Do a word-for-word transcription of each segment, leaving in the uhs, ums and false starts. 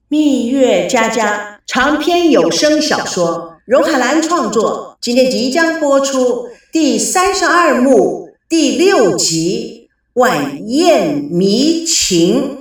蜜月佳佳长篇有声小说，荣海兰创作，今天即将播出第三十二幕第六集《晚宴迷情》。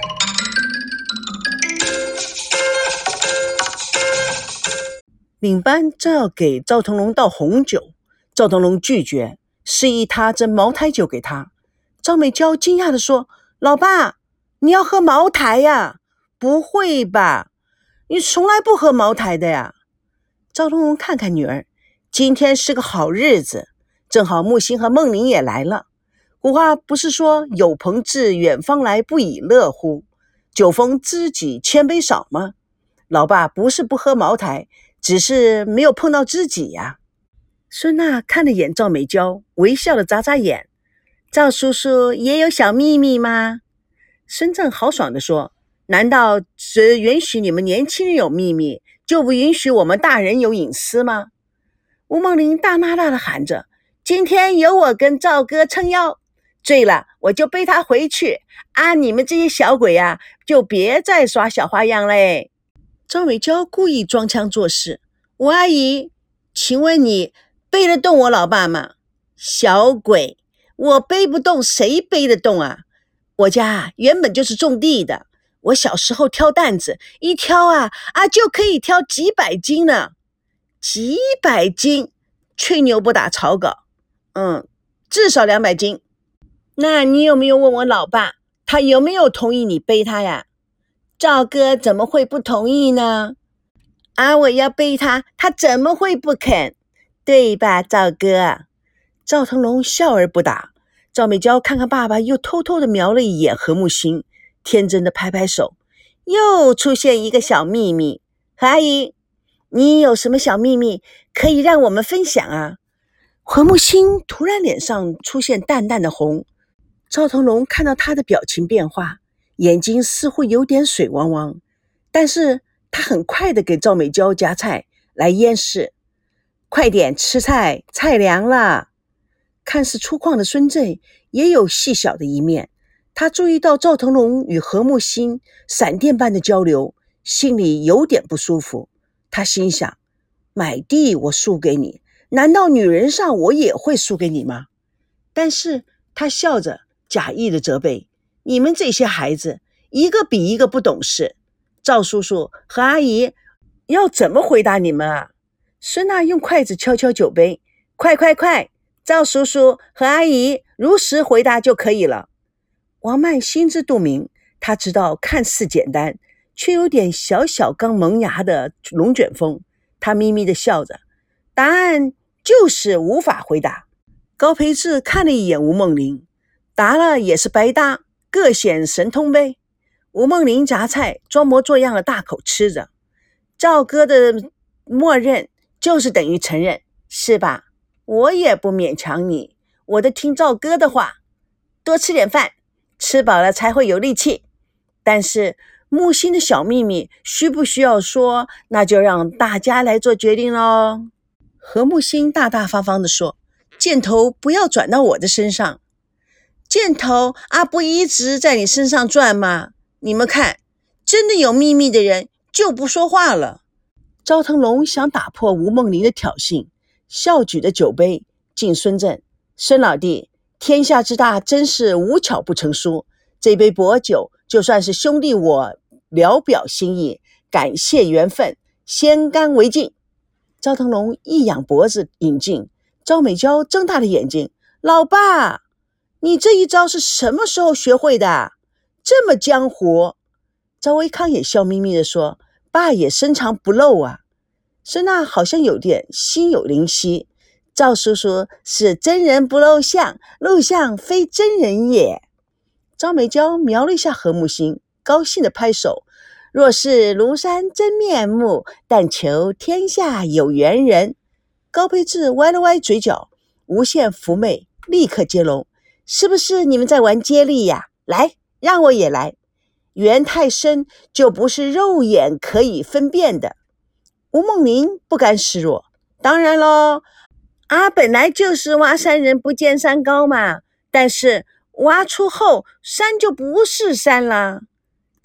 领班正要给赵腾龙倒红酒，赵腾龙拒绝，示意他斟茅台酒给他。赵美娇惊讶地说：“老爸，你要喝茅台呀？不会吧，你从来不喝茅台的呀？”赵腾龙看看女儿，今天是个好日子，正好木星和梦玲也来了。古话不是说有朋自远方来，不亦乐乎？酒逢知己千杯少吗？老爸不是不喝茅台，只是没有碰到知己呀。孙娜看了眼赵美娇，微笑的眨眨眼。赵叔叔也有小秘密吗？孙正豪爽地说：“难道只允许你们年轻人有秘密，就不允许我们大人有隐私吗？”吴梦玲大呐呐地喊着：“今天有我跟赵哥撑腰，醉了我就背他回去啊！你们这些小鬼啊，就别再耍小花样嘞！”赵美娇故意装腔作势：“吴阿姨，请问你背得动我老爸吗？”“小鬼，我背不动，谁背得动啊？我家原本就是种地的，我小时候挑担子，一挑啊啊就可以挑几百斤呢。”“几百斤？吹牛不打草稿。嗯，至少两百斤。那你有没有问我老爸，他有没有同意你背他呀？”“赵哥怎么会不同意呢？啊，我要背他，他怎么会不肯？对吧，赵哥？”赵腾龙笑而不答。赵美娇看看爸爸，又偷偷地瞄了一眼何木星，天真的拍拍手：“又出现一个小秘密。何阿姨，你有什么小秘密可以让我们分享啊？”何木星突然脸上出现淡淡的红。赵腾龙看到他的表情变化，眼睛似乎有点水汪汪，但是他很快地给赵美娇夹菜来淹饰：“快点吃菜，菜凉了。”看似粗犷的孙正也有细小的一面，他注意到赵腾龙与何木星闪电般的交流，心里有点不舒服。他心想：买地我输给你，难道女人上我也会输给你吗？但是他笑着假意的责备：“你们这些孩子一个比一个不懂事，赵叔叔和阿姨要怎么回答你们啊？”孙娜用筷子敲敲酒杯：“快快快，赵叔叔和阿姨如实回答就可以了。”王曼心知肚明，他知道看似简单却有点小小刚萌芽的龙卷风，他咪咪地笑着：“答案就是无法回答。”高培志看了一眼吴梦玲，答了也是白搭，各显神通呗。吴梦玲夹菜装模作样的大口吃着。赵哥的默认就是等于承认，是吧？我也不勉强你，我都听赵哥的话，多吃点饭，吃饱了才会有力气。但是木星的小秘密需不需要说，那就让大家来做决定咯。何木星大大方方地说：“箭头不要转到我的身上。”“箭头啊，不一直在你身上转吗？你们看，真的有秘密的人就不说话了。”赵腾龙想打破吴梦玲的挑衅，笑举着酒杯敬孙正：“孙老弟，天下之大，真是无巧不成书。这杯薄酒，就算是兄弟我聊表心意，感谢缘分，先干为敬。”赵腾龙一仰脖子引进。赵美娇睁大了眼睛：“老爸，你这一招是什么时候学会的？这么江湖？”赵维康也笑眯眯地说：“爸也深藏不露啊。”孙娜好像有点心有灵犀：“赵叔叔是真人不露相，露相非真人也。”赵美娇瞄了一下何木星，高兴地拍手：“若是庐山真面目，但求天下有缘人。”高培志歪了歪嘴角，无限妩媚，立刻接龙：“是不是你们在玩接力呀？来，让我也来。缘太深，就不是肉眼可以分辨的。”吴梦玲不甘示弱：“当然咯，啊，本来就是挖山人不见山高嘛，但是挖出后山就不是山啦。”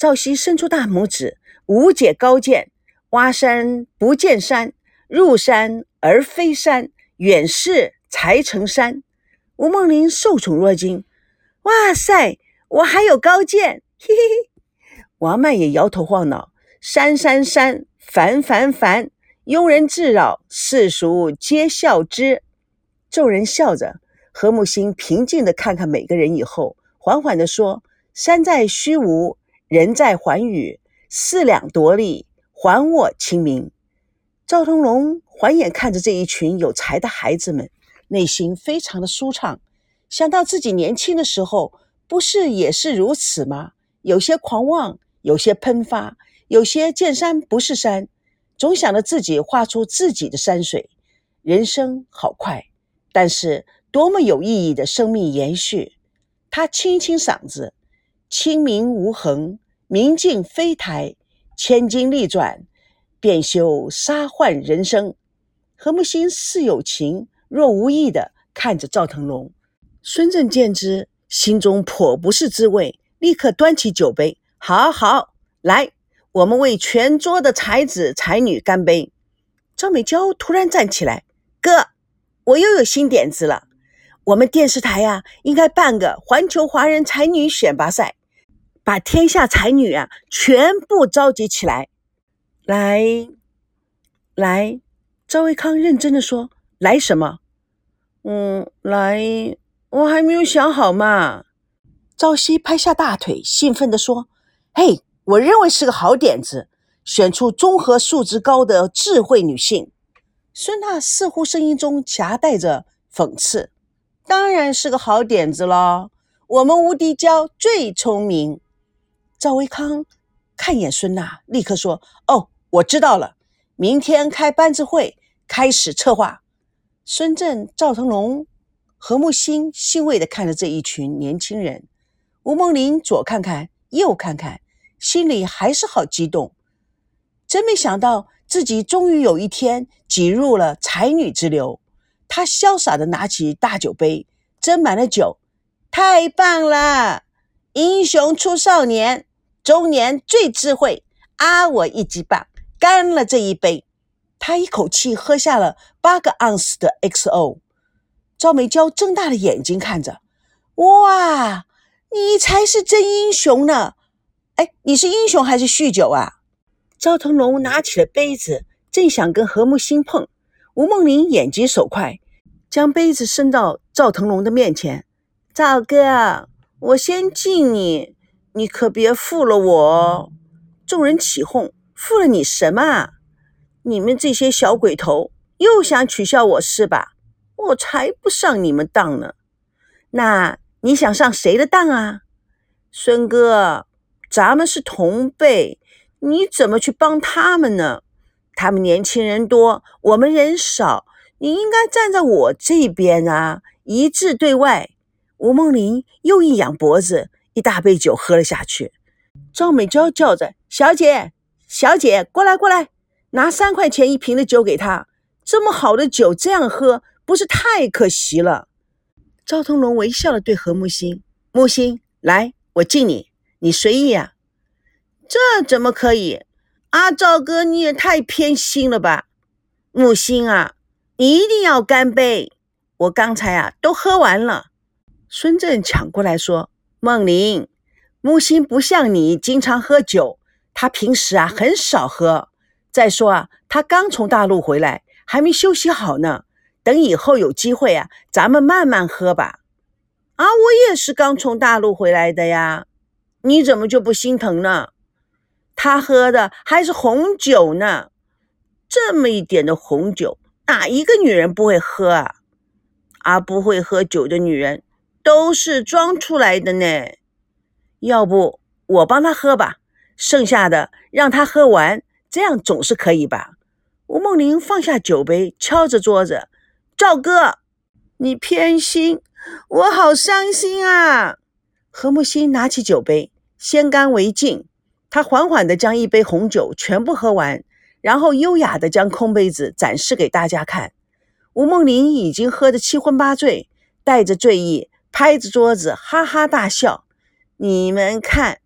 赵熙伸出大拇指，无解高见，挖山不见山，入山而非山，远视才成山。吴梦玲受宠若惊，哇塞，我还有高见，嘿嘿嘿。王曼也摇头晃脑，山山山，烦烦烦，庸人自扰，世俗皆笑之。众人笑着，何木星平静地看看每个人以后，缓缓地说：山在虚无，人在寰宇，四两夺利，还我清明。赵同龙环眼看着这一群有才的孩子们，内心非常的舒畅，想到自己年轻的时候不是也是如此吗？有些狂妄，有些喷发，有些见山不是山，总想着自己画出自己的山水。人生好快，但是多么有意义的生命延续。他清清嗓子，清明无痕，明镜飞台，千金力转，便修沙幻人生。何木星似有情若无意地看着赵腾龙，孙振见之，心中颇不是滋味，立刻端起酒杯，好好，来，我们为全桌的才子才女干杯。赵美娇突然站起来，哥，我又有新点子了，我们电视台啊，应该办个环球华人才女选拔赛，把天下才女啊全部召集起来。来来，赵维康认真地说，来什么？嗯，来，我还没有想好嘛。赵熙拍下大腿，兴奋地说，嘿，我认为是个好点子，选出综合素质高的智慧女性。孙娜似乎声音中夹带着讽刺，当然是个好点子咯，我们无敌娇最聪明。赵维康看眼孙娜，立刻说，哦，我知道了，明天开班子会，开始策划。孙振、赵腾龙、何木星欣慰地看着这一群年轻人，吴梦玲左看看右看看，心里还是好激动，真没想到自己终于有一天挤入了才女之流。他潇洒地拿起大酒杯，斟满了酒，太棒了，英雄出少年，中年最智慧，啊，我一级棒，干了这一杯。他一口气喝下了八个盎司的 X O。 赵美娇睁大了眼睛看着，哇，你才是真英雄呢！哎，你是英雄还是酗酒啊？赵腾龙拿起了杯子，正想跟何木星碰，吴梦玲眼疾手快，将杯子伸到赵腾龙的面前，赵哥，我先敬你，你可别负了我。众人起哄，负了你什么啊？你们这些小鬼头又想取笑我是吧？我才不上你们当呢。那你想上谁的当啊？孙哥，咱们是同辈，你怎么去帮他们呢？他们年轻人多，我们人少，你应该站在我这边啊，一致对外。吴梦玲又一仰脖子，一大杯酒喝了下去。赵美娇叫着，小姐小姐，过来过来，拿三块钱一瓶的酒给他，这么好的酒这样喝，不是太可惜了。赵腾龙微笑地对何木星，木星，来，我敬你，你随意啊。这怎么可以？啊，赵哥你也太偏心了吧。木星啊，你一定要干杯，我刚才啊都喝完了。孙振抢过来说，梦玲，木星不像你经常喝酒，他平时啊很少喝，再说啊他刚从大陆回来，还没休息好呢，等以后有机会啊咱们慢慢喝吧。啊，我也是刚从大陆回来的呀，你怎么就不心疼呢？他喝的还是红酒呢，这么一点的红酒，哪一个女人不会喝啊？啊，不会喝酒的女人都是装出来的呢。要不我帮他喝吧，剩下的让他喝完，这样总是可以吧？吴梦玲放下酒杯，敲着桌子，赵哥，你偏心，我好伤心啊。何木星拿起酒杯，先干为敬，他缓缓地将一杯红酒全部喝完，然后优雅地将空杯子展示给大家看。吴梦玲已经喝得七荤八醉，带着醉意拍着桌子哈哈大笑，你们看，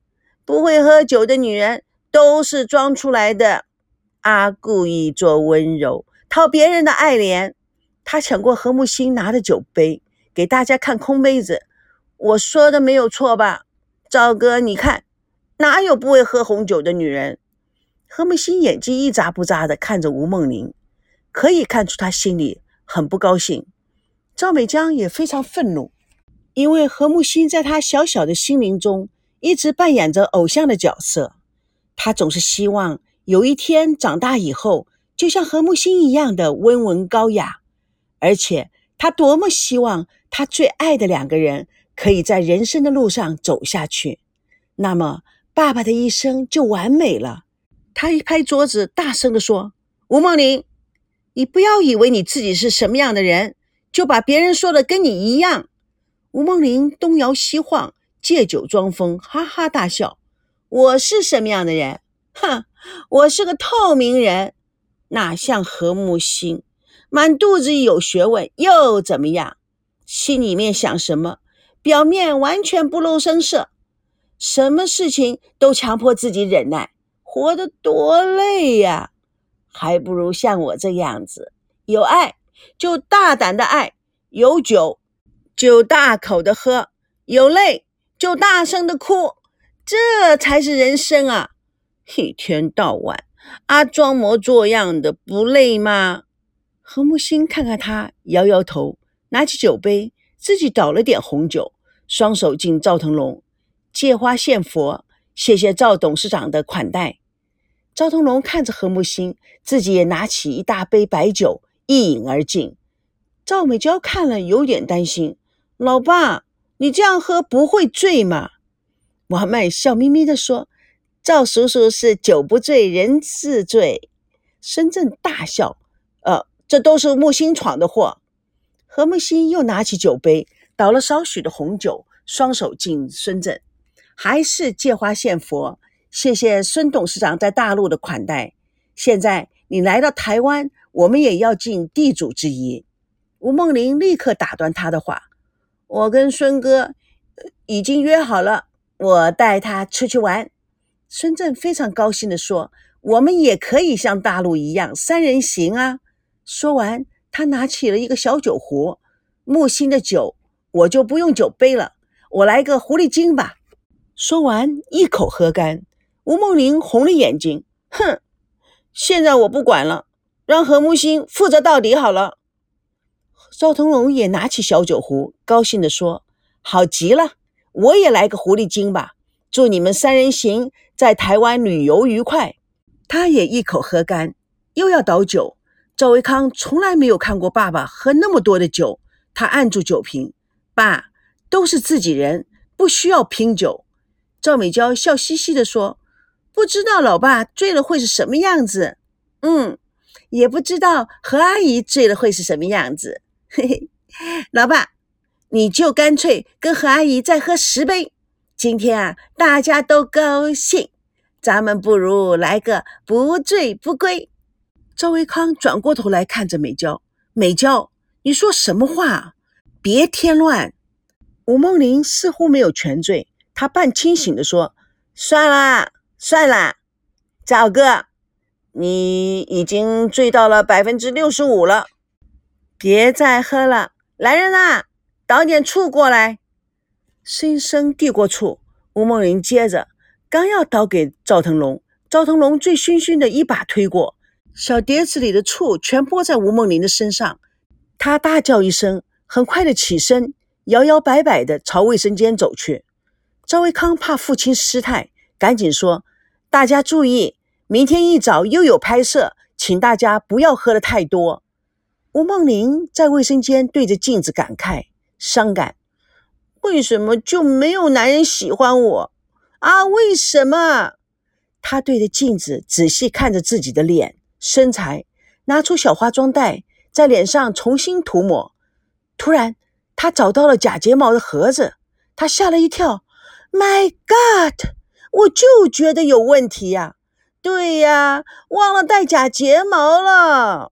不会喝酒的女人都是装出来的。啊故意做温柔，讨别人的爱怜。他抢过何木星拿的酒杯，给大家看空杯子。我说的没有错吧？赵哥，你看，哪有不会喝红酒的女人？何木星眼睛一眨不眨地看着吴梦玲，可以看出他心里很不高兴。赵美江也非常愤怒，因为何木星在他小小的心灵中一直扮演着偶像的角色。他总是希望有一天长大以后，就像何木星一样的温文高雅，而且他多么希望他最爱的两个人可以在人生的路上走下去，那么爸爸的一生就完美了。他一拍桌子，大声地说：吴梦玲，你不要以为你自己是什么样的人，就把别人说的跟你一样。吴梦玲东摇西晃，借酒装疯，哈哈大笑。我是什么样的人？哼，我是个透明人，哪像何木星，满肚子有学问又怎么样？心里面想什么，表面完全不露声色，什么事情都强迫自己忍耐，活得多累呀！还不如像我这样子，有爱就大胆的爱，有酒就大口的喝，有泪就大声的哭，这才是人生啊！一天到晚啊装模作样的，不累吗？何木星看看他，摇摇头，拿起酒杯，自己倒了点红酒，双手敬赵腾龙，借花献佛，谢谢赵董事长的款待。赵腾龙看着何木星，自己也拿起一大杯白酒，一饮而尽。赵美娇看了有点担心，老爸，你这样喝不会醉吗？王曼笑眯眯地说，赵叔叔是酒不醉人自醉。孙正大笑，呃，这都是木星闯的祸。何木星又拿起酒杯，倒了少许的红酒，双手敬孙正，还是借花献佛，谢谢孙董事长在大陆的款待。现在你来到台湾，我们也要尽地主之谊。吴梦玲立刻打断他的话，我跟孙哥已经约好了，我带他出去玩。孙正非常高兴地说，我们也可以像大陆一样三人行啊。说完，他拿起了一个小酒壶，木星的酒我就不用酒杯了，我来个狐狸精吧。说完一口喝干。吴梦玲红了眼睛，哼，现在我不管了，让何木星负责到底好了。赵腾龙也拿起小酒壶，高兴地说，好极了，我也来个狐狸精吧，祝你们三人行在台湾旅游愉快。他也一口喝干，又要倒酒。赵维康从来没有看过爸爸喝那么多的酒，他按住酒瓶，爸，都是自己人，不需要拼酒。赵美娇笑嘻嘻地说，不知道老爸醉了会是什么样子。嗯，也不知道何阿姨醉了会是什么样子。嘿嘿，老爸，你就干脆跟何阿姨再喝十杯，今天啊，大家都高兴，咱们不如来个不醉不归。赵维康转过头来看着美娇，美娇，你说什么话？别添乱。吴梦玲似乎没有全醉，她半清醒地说，算了算了，赵哥，你已经醉到了 百分之六十五 了，别再喝了，来人啊，倒点醋过来。孙生递过醋，吴梦玲接着刚要倒给赵腾龙，赵腾龙醉醺醺的一把推过，小碟子里的醋全泼在吴梦玲的身上。他大叫一声，很快的起身，摇摇摆摆的朝卫生间走去。赵维康怕父亲失态，赶紧说，大家注意，明天一早又有拍摄，请大家不要喝得太多。吴梦玲在卫生间对着镜子感慨伤感，为什么就没有男人喜欢我啊？为什么？她对着镜子仔细看着自己的脸身材，拿出小化妆袋在脸上重新涂抹。突然她找到了假睫毛的盒子，她吓了一跳， My God， 我就觉得有问题呀、啊、对呀，忘了带假睫毛了。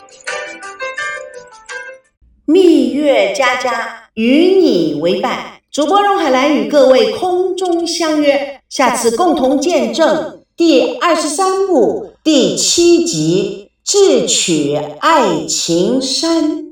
蜜月佳佳与你为伴， 主播荣海兰与各位空中相约，下次共同见证第二十三幕第七集《智取爱情山》。